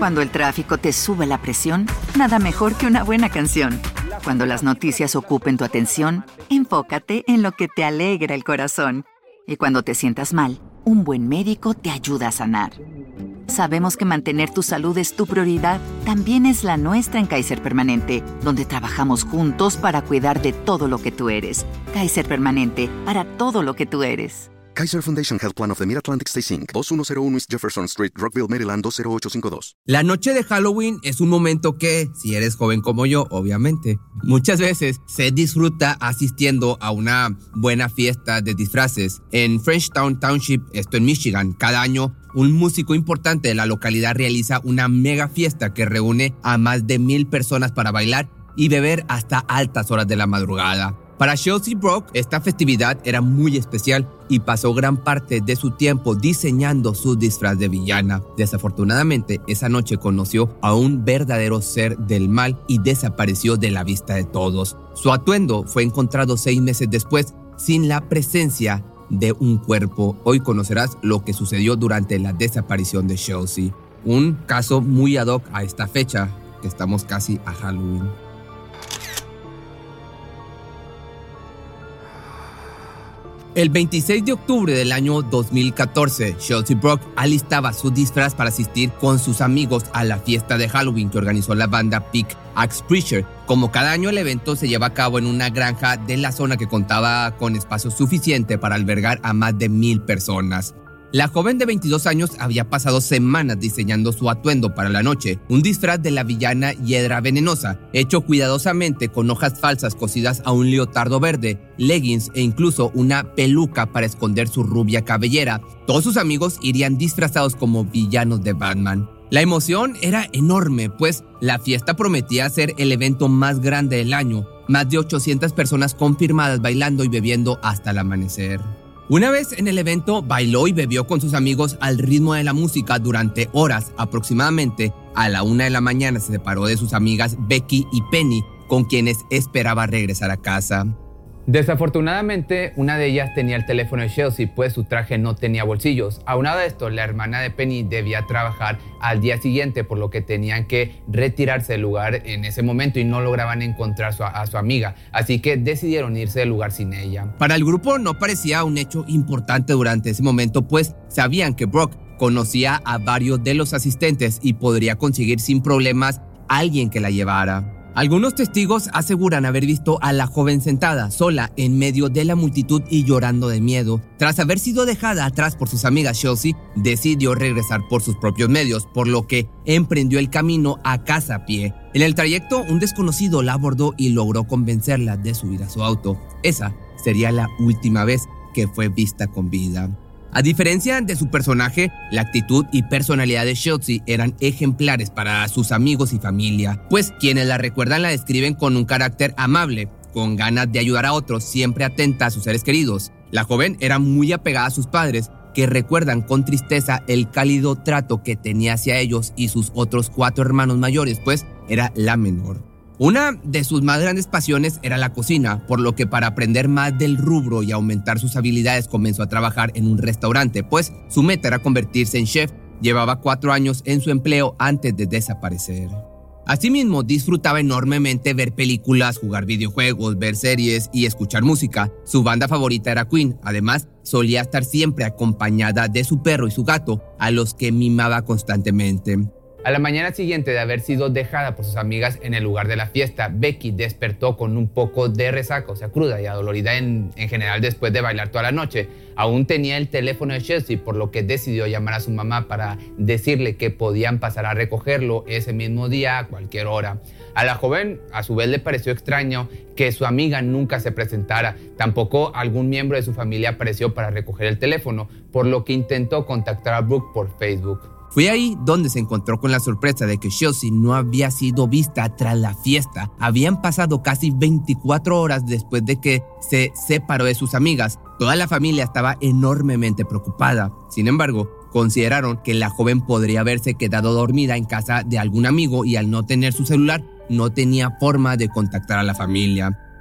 Cuando el tráfico te sube la presión, nada mejor que una buena canción. Cuando las noticias ocupen tu atención, enfócate en lo que te alegra el corazón. Y cuando te sientas mal, un buen médico te ayuda a sanar. Sabemos que mantener tu salud es tu prioridad, también es la nuestra en Kaiser Permanente, donde trabajamos juntos para cuidar de todo lo que tú eres. Kaiser Permanente, para todo lo que tú eres. Kaiser Foundation Health Plan of the Mid-Atlantic Stay Inc. 2101 East Jefferson Street, Rockville, Maryland 20852. La noche de Halloween es un momento que, si eres joven como yo, obviamente, muchas veces se disfruta asistiendo a una buena fiesta de disfraces. En Frenchtown Township, esto en Michigan, cada año un músico importante de la localidad realiza una mega fiesta que reúne a más de 1,000 personas para bailar y beber hasta altas horas de la madrugada. Para Chelsea Brock, esta festividad era muy especial y pasó gran parte de su tiempo diseñando su disfraz de villana. Desafortunadamente, esa noche conoció a un verdadero ser del mal y desapareció de la vista de todos. Su atuendo fue encontrado 6 meses después sin la presencia de un cuerpo. Hoy conocerás lo que sucedió durante la desaparición de Chelsea. Un caso muy ad hoc a esta fecha, que estamos casi a Halloween. El 26 de octubre del año 2014, Chelsea Brock alistaba su disfraz para asistir con sus amigos a la fiesta de Halloween que organizó la banda Pick Axe Preacher. Como cada año, el evento se lleva a cabo en una granja de la zona que contaba con espacio suficiente para albergar a más de 1,000 personas. La joven de 22 años había pasado semanas diseñando su atuendo para la noche, un disfraz de la villana Hiedra Venenosa, hecho cuidadosamente con hojas falsas cosidas a un leotardo verde, leggings e incluso una peluca para esconder su rubia cabellera. Todos sus amigos irían disfrazados como villanos de Batman. La emoción era enorme, pues la fiesta prometía ser el evento más grande del año, más de 800 personas confirmadas bailando y bebiendo hasta el amanecer. Una vez en el evento, bailó y bebió con sus amigos al ritmo de la música durante horas. Aproximadamente a la 1 de la mañana se separó de sus amigas Becky y Penny, con quienes esperaba regresar a casa. Desafortunadamente, una de ellas tenía el teléfono de Chelsea, pues su traje no tenía bolsillos. Aunado a esto, la hermana de Penny debía trabajar al día siguiente, por lo que tenían que retirarse del lugar en ese momento y no lograban encontrar a su amiga. Así que decidieron irse del lugar sin ella. Para el grupo no parecía un hecho importante durante ese momento, pues sabían que Brock conocía a varios de los asistentes y podría conseguir sin problemas a alguien que la llevara. Algunos testigos aseguran haber visto a la joven sentada sola en medio de la multitud y llorando de miedo. Tras haber sido dejada atrás por sus amigas, Chelsea decidió regresar por sus propios medios, por lo que emprendió el camino a casa a pie. En el trayecto, un desconocido la abordó y logró convencerla de subir a su auto. Esa sería la última vez que fue vista con vida. A diferencia de su personaje, la actitud y personalidad de Chelsea eran ejemplares para sus amigos y familia, pues quienes la recuerdan la describen con un carácter amable, con ganas de ayudar a otros, siempre atenta a sus seres queridos. La joven era muy apegada a sus padres, que recuerdan con tristeza el cálido trato que tenía hacia ellos y sus otros 4 hermanos mayores, pues era la menor. Una de sus más grandes pasiones era la cocina, por lo que para aprender más del rubro y aumentar sus habilidades comenzó a trabajar en un restaurante, pues su meta era convertirse en chef. Llevaba 4 años en su empleo antes de desaparecer. Asimismo, disfrutaba enormemente ver películas, jugar videojuegos, ver series y escuchar música. Su banda favorita era Queen. Además, solía estar siempre acompañada de su perro y su gato, a los que mimaba constantemente. A la mañana siguiente de haber sido dejada por sus amigas en el lugar de la fiesta, Becky despertó con un poco de resaca, o sea, cruda y adolorida en general después de bailar toda la noche. Aún tenía el teléfono de Chelsea, por lo que decidió llamar a su mamá para decirle que podían pasar a recogerlo ese mismo día a cualquier hora. A la joven, a su vez, le pareció extraño que su amiga nunca se presentara. Tampoco algún miembro de su familia apareció para recoger el teléfono, por lo que intentó contactar a Brooke por Facebook. Fue ahí donde se encontró con la sorpresa de que Chelsea no había sido vista tras la fiesta. Habían pasado casi 24 horas después de que se separó de sus amigas. Toda la familia estaba enormemente preocupada. Sin embargo, consideraron que la joven podría haberse quedado dormida en casa de algún amigo y al no tener su celular, no tenía forma de contactar a la familia.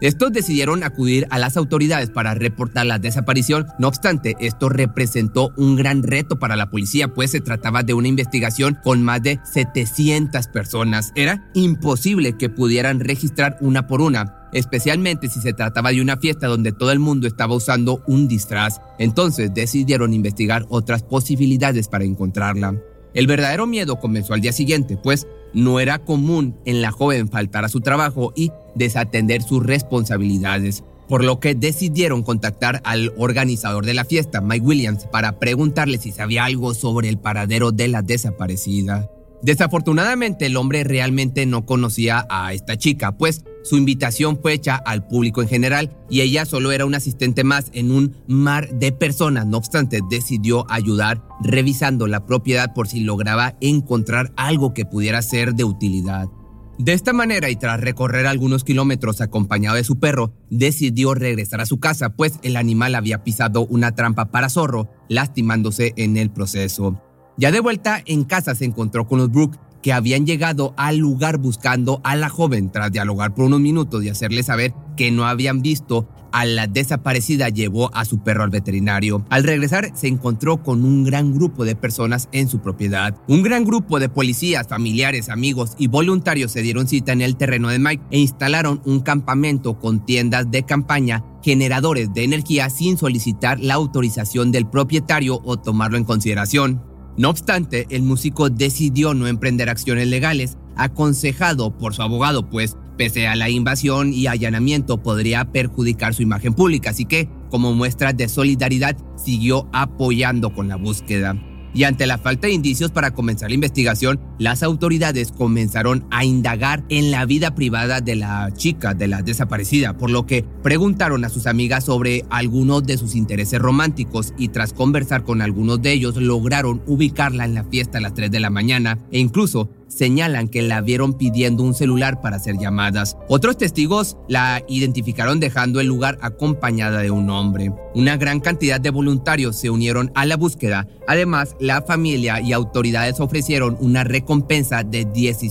Estos decidieron acudir a las autoridades para reportar la desaparición. No obstante, esto representó un gran reto para la policía, pues se trataba de una investigación con más de 700 personas. Era imposible que pudieran registrar una por una, especialmente si se trataba de una fiesta donde todo el mundo estaba usando un disfraz. Entonces decidieron investigar otras posibilidades para encontrarla. El verdadero miedo comenzó al día siguiente, pues no era común en la joven faltar a su trabajo y desatender sus responsabilidades, por lo que decidieron contactar al organizador de la fiesta, Mike Williams, para preguntarle si sabía algo sobre el paradero de la desaparecida. Desafortunadamente, el hombre realmente no conocía a esta chica, pues su invitación fue hecha al público en general y ella solo era un asistente más en un mar de personas. No obstante, decidió ayudar revisando la propiedad por si lograba encontrar algo que pudiera ser de utilidad. De esta manera, y tras recorrer algunos kilómetros acompañado de su perro, decidió regresar a su casa, pues el animal había pisado una trampa para zorro, lastimándose en el proceso. Ya de vuelta en casa se encontró con los Brooke, que habían llegado al lugar buscando a la joven. Tras dialogar por unos minutos y hacerle saber que no habían visto a la desaparecida, llevó a su perro al veterinario. Al regresar se encontró con un gran grupo de personas en su propiedad. Un gran grupo de policías, familiares, amigos y voluntarios se dieron cita en el terreno de Mike e instalaron un campamento con tiendas de campaña, generadores de energía sin solicitar la autorización del propietario o tomarlo en consideración. No obstante, el músico decidió no emprender acciones legales, aconsejado por su abogado, pues pese a la invasión y allanamiento podría perjudicar su imagen pública, así que como muestra de solidaridad siguió apoyando con la búsqueda. Y ante la falta de indicios para comenzar la investigación, las autoridades comenzaron a indagar en la vida privada de la chica, de la desaparecida, por lo que preguntaron a sus amigas sobre algunos de sus intereses románticos y tras conversar con algunos de ellos lograron ubicarla en la fiesta a las 3 de la mañana e incluso señalan que la vieron pidiendo un celular para hacer llamadas. Otros testigos la identificaron dejando el lugar acompañada de un hombre. Una gran cantidad de voluntarios se unieron a la búsqueda. Además, la familia y autoridades ofrecieron una recompensa de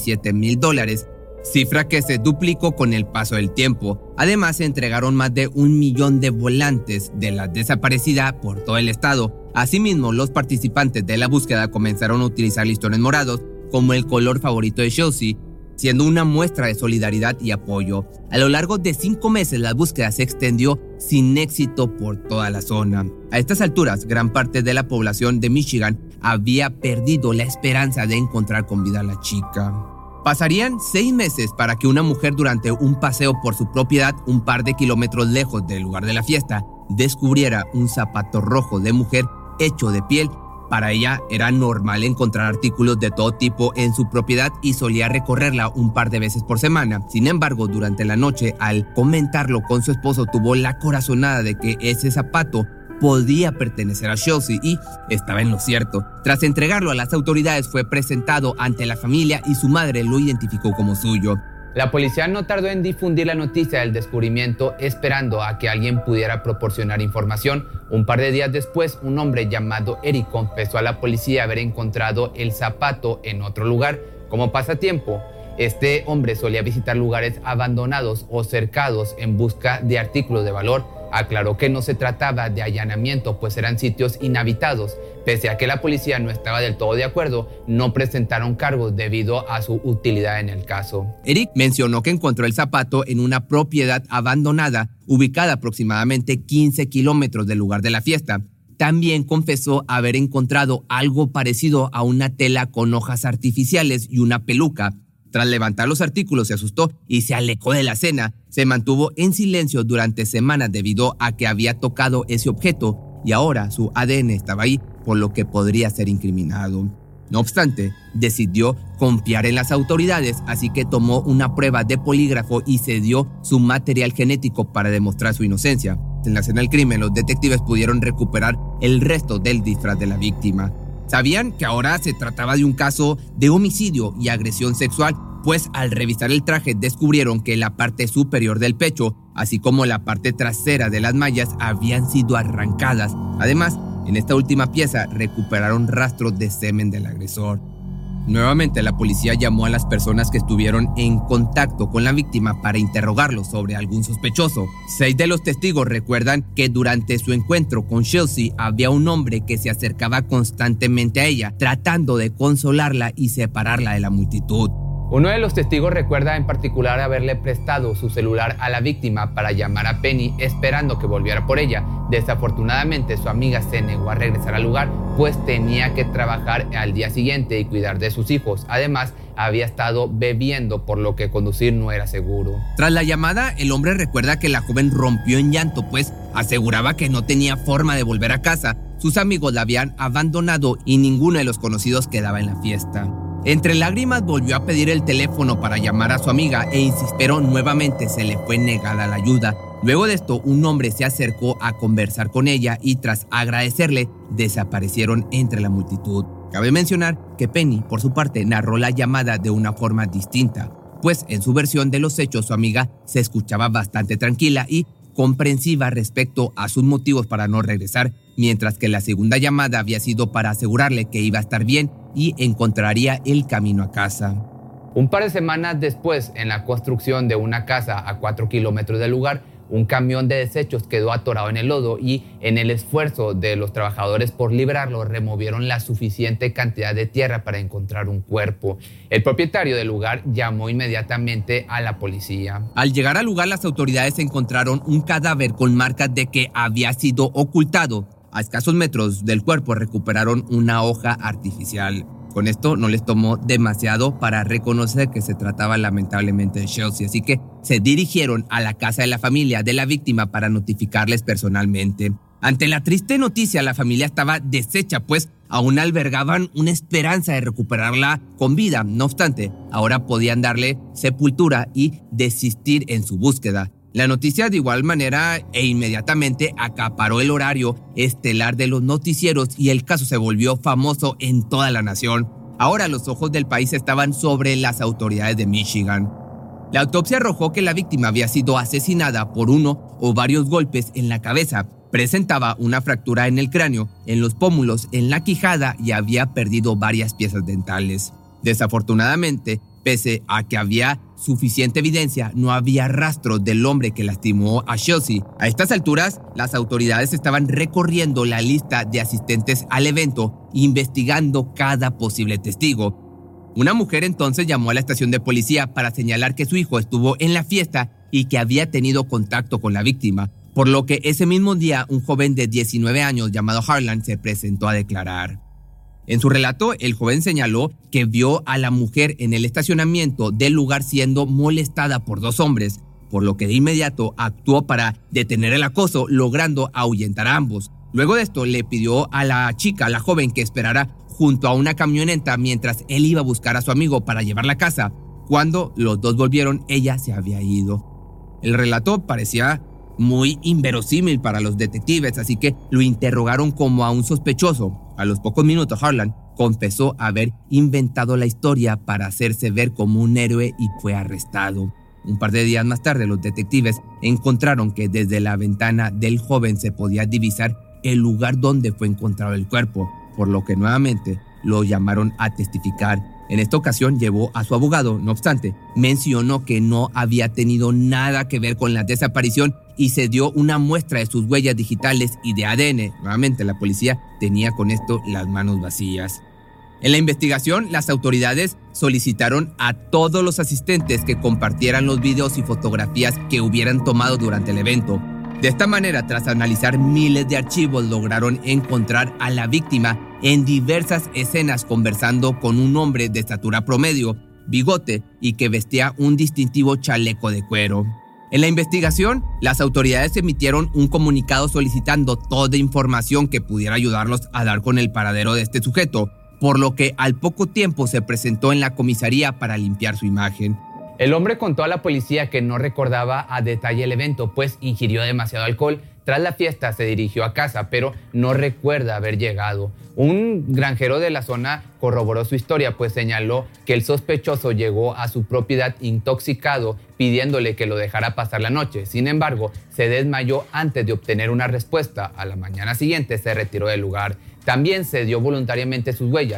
$17,000, cifra que se duplicó con el paso del tiempo. Además, se entregaron más de 1 millón de volantes de la desaparecida por todo el estado. Asimismo, los participantes de la búsqueda comenzaron a utilizar listones morados como el color favorito de Chelsea, siendo una muestra de solidaridad y apoyo. A lo largo de 5 meses, la búsqueda se extendió sin éxito por toda la zona. A estas alturas, gran parte de la población de Michigan había perdido la esperanza de encontrar con vida a la chica. Pasarían 6 meses para que una mujer, durante un paseo por su propiedad un par de kilómetros lejos del lugar de la fiesta, descubriera un zapato rojo de mujer hecho de piel. Para ella era normal encontrar artículos de todo tipo en su propiedad y solía recorrerla un par de veces por semana. Sin embargo, durante la noche, al comentarlo con su esposo, tuvo la corazonada de que ese zapato podía pertenecer a Chelsea y estaba en lo cierto. Tras entregarlo a las autoridades, fue presentado ante la familia y su madre lo identificó como suyo. La policía no tardó en difundir la noticia del descubrimiento, esperando a que alguien pudiera proporcionar información. Un par de días después, un hombre llamado Eric confesó a la policía haber encontrado el zapato en otro lugar. Como pasatiempo, este hombre solía visitar lugares abandonados o cercados en busca de artículos de valor. Aclaró que no se trataba de allanamiento, pues eran sitios inhabitados. Pese a que la policía no estaba del todo de acuerdo, no presentaron cargos debido a su utilidad en el caso. Eric mencionó que encontró el zapato en una propiedad abandonada, ubicada aproximadamente 15 kilómetros del lugar de la fiesta. También confesó haber encontrado algo parecido a una tela con hojas artificiales y una peluca. Tras levantar los artículos se asustó y se alejó de la escena. Se mantuvo en silencio durante semanas debido a que había tocado ese objeto y ahora su ADN estaba ahí, por lo que podría ser incriminado. No obstante, decidió confiar en las autoridades, así que tomó una prueba de polígrafo y cedió su material genético para demostrar su inocencia. En la escena del crimen, los detectives pudieron recuperar el resto del disfraz de la víctima. Sabían que ahora se trataba de un caso de homicidio y agresión sexual, pues al revisar el traje descubrieron que la parte superior del pecho, así como la parte trasera de las mallas, habían sido arrancadas. Además, en esta última pieza recuperaron rastros de semen del agresor. Nuevamente, la policía llamó a las personas que estuvieron en contacto con la víctima para interrogarlos sobre algún sospechoso. 6 de los testigos recuerdan que durante su encuentro con Chelsea había un hombre que se acercaba constantemente a ella, tratando de consolarla y separarla de la multitud. Uno de los testigos recuerda en particular haberle prestado su celular a la víctima para llamar a Penny esperando que volviera por ella. Desafortunadamente, su amiga se negó a regresar al lugar, pues tenía que trabajar al día siguiente y cuidar de sus hijos. Además, había estado bebiendo, por lo que conducir no era seguro. Tras la llamada, el hombre recuerda que la joven rompió en llanto, pues aseguraba que no tenía forma de volver a casa. Sus amigos la habían abandonado y ninguno de los conocidos quedaba en la fiesta. Entre lágrimas volvió a pedir el teléfono para llamar a su amiga pero nuevamente se le fue negada la ayuda. Luego de esto, un hombre se acercó a conversar con ella y tras agradecerle, desaparecieron entre la multitud. Cabe mencionar que Penny, por su parte, narró la llamada de una forma distinta, pues en su versión de los hechos su amiga se escuchaba bastante tranquila y comprensiva respecto a sus motivos para no regresar, mientras que la segunda llamada había sido para asegurarle que iba a estar bien y encontraría el camino a casa. Un par de semanas después, en la construcción de una casa a 4 kilómetros del lugar, un camión de desechos quedó atorado en el lodo y en el esfuerzo de los trabajadores por librarlo removieron la suficiente cantidad de tierra para encontrar un cuerpo. El propietario del lugar llamó inmediatamente a la policía. Al llegar al lugar, las autoridades encontraron un cadáver con marcas de que había sido ocultado. A escasos metros del cuerpo recuperaron una hoja artificial. Con esto no les tomó demasiado para reconocer que se trataba lamentablemente de Chelsea, así que se dirigieron a la casa de la familia de la víctima para notificarles personalmente. Ante la triste noticia, la familia estaba deshecha, pues aún albergaban una esperanza de recuperarla con vida. No obstante, ahora podían darle sepultura y desistir en su búsqueda. La noticia de igual manera inmediatamente acaparó el horario estelar de los noticieros y el caso se volvió famoso en toda la nación. Ahora los ojos del país estaban sobre las autoridades de Michigan. La autopsia arrojó que la víctima había sido asesinada por uno o varios golpes en la cabeza. Presentaba una fractura en el cráneo, en los pómulos, en la quijada y había perdido varias piezas dentales. Desafortunadamente, pese a que había suficiente evidencia, no había rastro del hombre que lastimó a Chelsea. A estas alturas, las autoridades estaban recorriendo la lista de asistentes al evento, investigando cada posible testigo. Una mujer entonces llamó a la estación de policía para señalar que su hijo estuvo en la fiesta y que había tenido contacto con la víctima, por lo que ese mismo día un joven de 19 años llamado Harlan se presentó a declarar. En su relato, el joven señaló que vio a la mujer en el estacionamiento del lugar siendo molestada por 2 hombres, por lo que de inmediato actuó para detener el acoso, logrando ahuyentar a ambos. Luego de esto, le pidió a la joven, que esperara junto a una camioneta mientras él iba a buscar a su amigo para llevarla a casa. Cuando los dos volvieron, ella se había ido. El relato parecía muy inverosímil para los detectives, así que lo interrogaron como a un sospechoso. A los pocos minutos, Harlan confesó haber inventado la historia para hacerse ver como un héroe y fue arrestado. Un par de días más tarde, los detectives encontraron que desde la ventana del joven se podía divisar el lugar donde fue encontrado el cuerpo, por lo que nuevamente lo llamaron a testificar. En esta ocasión llevó a su abogado, no obstante, mencionó que no había tenido nada que ver con la desaparición y se dio una muestra de sus huellas digitales y de ADN. Nuevamente, la policía tenía con esto las manos vacías. En la investigación, las autoridades solicitaron a todos los asistentes que compartieran los videos y fotografías que hubieran tomado durante el evento. De esta manera, tras analizar miles de archivos, lograron encontrar a la víctima en diversas escenas conversando con un hombre de estatura promedio, bigote y que vestía un distintivo chaleco de cuero. En la investigación, las autoridades emitieron un comunicado solicitando toda información que pudiera ayudarlos a dar con el paradero de este sujeto, por lo que al poco tiempo se presentó en la comisaría para limpiar su imagen. El hombre contó a la policía que no recordaba a detalle el evento, pues ingirió demasiado alcohol. Tras la fiesta se dirigió a casa, pero no recuerda haber llegado. Un granjero de la zona corroboró su historia, pues señaló que el sospechoso llegó a su propiedad intoxicado pidiéndole que lo dejara pasar la noche. Sin embargo, se desmayó antes de obtener una respuesta. A la mañana siguiente se retiró del lugar. También cedió voluntariamente sus huellas.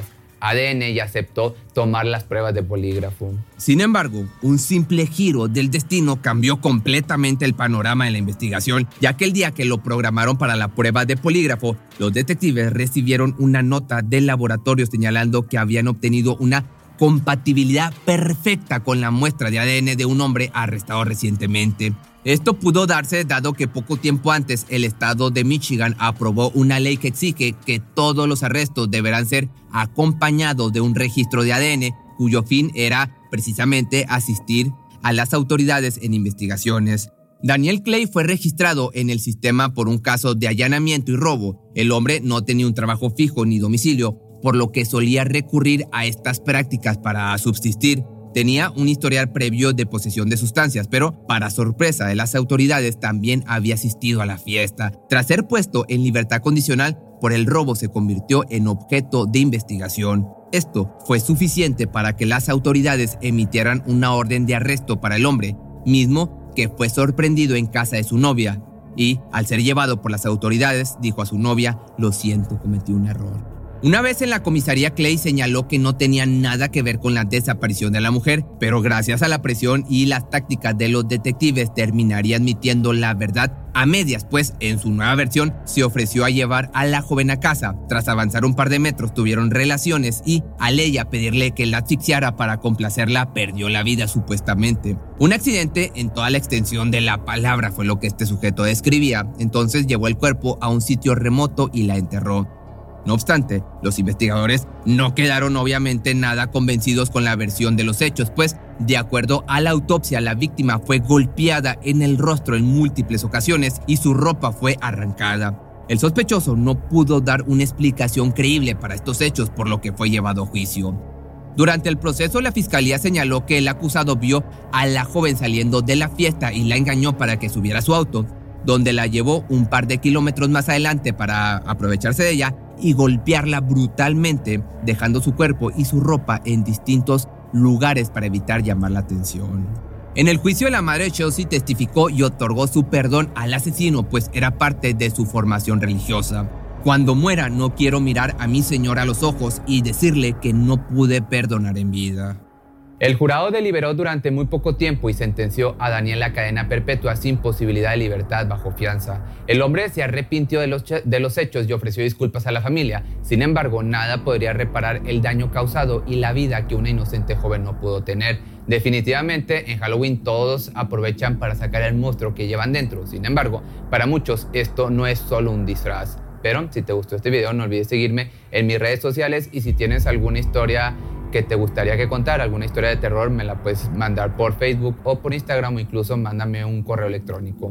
ADN y aceptó tomar las pruebas de polígrafo. Sin embargo, un simple giro del destino cambió completamente el panorama de la investigación, ya que el día que lo programaron para la prueba de polígrafo, los detectives recibieron una nota del laboratorio señalando que habían obtenido una compatibilidad perfecta con la muestra de ADN de un hombre arrestado recientemente. Esto pudo darse dado que poco tiempo antes el estado de Michigan aprobó una ley que exige que todos los arrestos deberán ser acompañados de un registro de ADN, cuyo fin era precisamente asistir a las autoridades en investigaciones. Daniel Clay fue registrado en el sistema por un caso de allanamiento y robo. El hombre no tenía un trabajo fijo ni domicilio, por lo que solía recurrir a estas prácticas para subsistir. Tenía un historial previo de posesión de sustancias, pero para sorpresa de las autoridades también había asistido a la fiesta. Tras ser puesto en libertad condicional por el robo, se convirtió en objeto de investigación. Esto fue suficiente para que las autoridades emitieran una orden de arresto para el hombre, mismo que fue sorprendido en casa de su novia. Y, al ser llevado por las autoridades, dijo a su novia: "Lo siento, cometí un error". Una vez en la comisaría, Clay señaló que no tenía nada que ver con la desaparición de la mujer, pero gracias a la presión y las tácticas de los detectives terminaría admitiendo la verdad a medias, pues en su nueva versión se ofreció a llevar a la joven a casa. Tras avanzar un par de metros tuvieron relaciones y, al ella pedirle que la asfixiara para complacerla, perdió la vida supuestamente. Un accidente en toda la extensión de la palabra fue lo que este sujeto describía. Entonces llevó el cuerpo a un sitio remoto y la enterró. No obstante, los investigadores no quedaron obviamente nada convencidos con la versión de los hechos, pues, de acuerdo a la autopsia, la víctima fue golpeada en el rostro en múltiples ocasiones y su ropa fue arrancada. El sospechoso no pudo dar una explicación creíble para estos hechos, por lo que fue llevado a juicio. Durante el proceso, la fiscalía señaló que el acusado vio a la joven saliendo de la fiesta y la engañó para que subiera a su auto, donde la llevó un par de kilómetros más adelante para aprovecharse de ella y golpearla brutalmente, dejando su cuerpo y su ropa en distintos lugares para evitar llamar la atención. En el juicio, la madre de Chelsea testificó y otorgó su perdón al asesino, pues era parte de su formación religiosa. Cuando muera, no quiero mirar a mi señor a los ojos y decirle que no pude perdonar en vida. El jurado deliberó durante muy poco tiempo y sentenció a Daniel a cadena perpetua sin posibilidad de libertad bajo fianza. El hombre se arrepintió de los hechos y ofreció disculpas a la familia. Sin embargo, nada podría reparar el daño causado y la vida que una inocente joven no pudo tener. Definitivamente, en Halloween todos aprovechan para sacar el monstruo que llevan dentro. Sin embargo, para muchos esto no es solo un disfraz. Pero si te gustó este video, no olvides seguirme en mis redes sociales, y si tienes alguna historia que te gustaría que contara, alguna historia de terror, me la puedes mandar por Facebook o por Instagram, o incluso mándame un correo electrónico.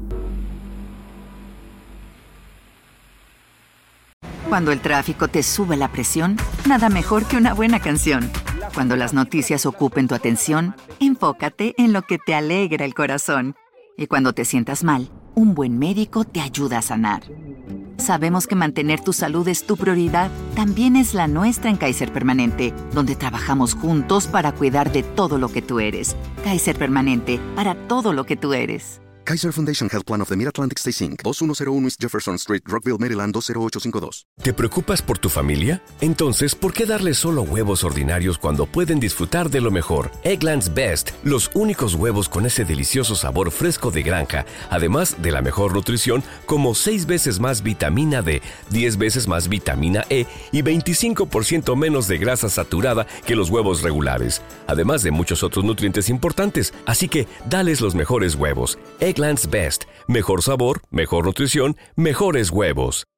Cuando el tráfico te sube la presión, nada mejor que una buena canción. Cuando las noticias ocupen tu atención, enfócate en lo que te alegra el corazón. Y cuando te sientas mal, un buen médico te ayuda a sanar. Sabemos que mantener tu salud es tu prioridad, también es la nuestra en Kaiser Permanente, donde trabajamos juntos para cuidar de todo lo que tú eres. Kaiser Permanente, para todo lo que tú eres. Kaiser Foundation Health Plan of the Mid-Atlantic Stay Inc. 2101 East Jefferson Street, Rockville, Maryland 20852. ¿Te preocupas por tu familia? Entonces, ¿por qué darles solo huevos ordinarios cuando pueden disfrutar de lo mejor? Eggland's Best, los únicos huevos con ese delicioso sabor fresco de granja, además de la mejor nutrición, como 6 veces más vitamina D, 10 veces más vitamina E y 25% menos de grasa saturada que los huevos regulares, además de muchos otros nutrientes importantes. Así que, dales los mejores huevos. Eggland's Best. Mejor sabor, mejor nutrición, mejores huevos.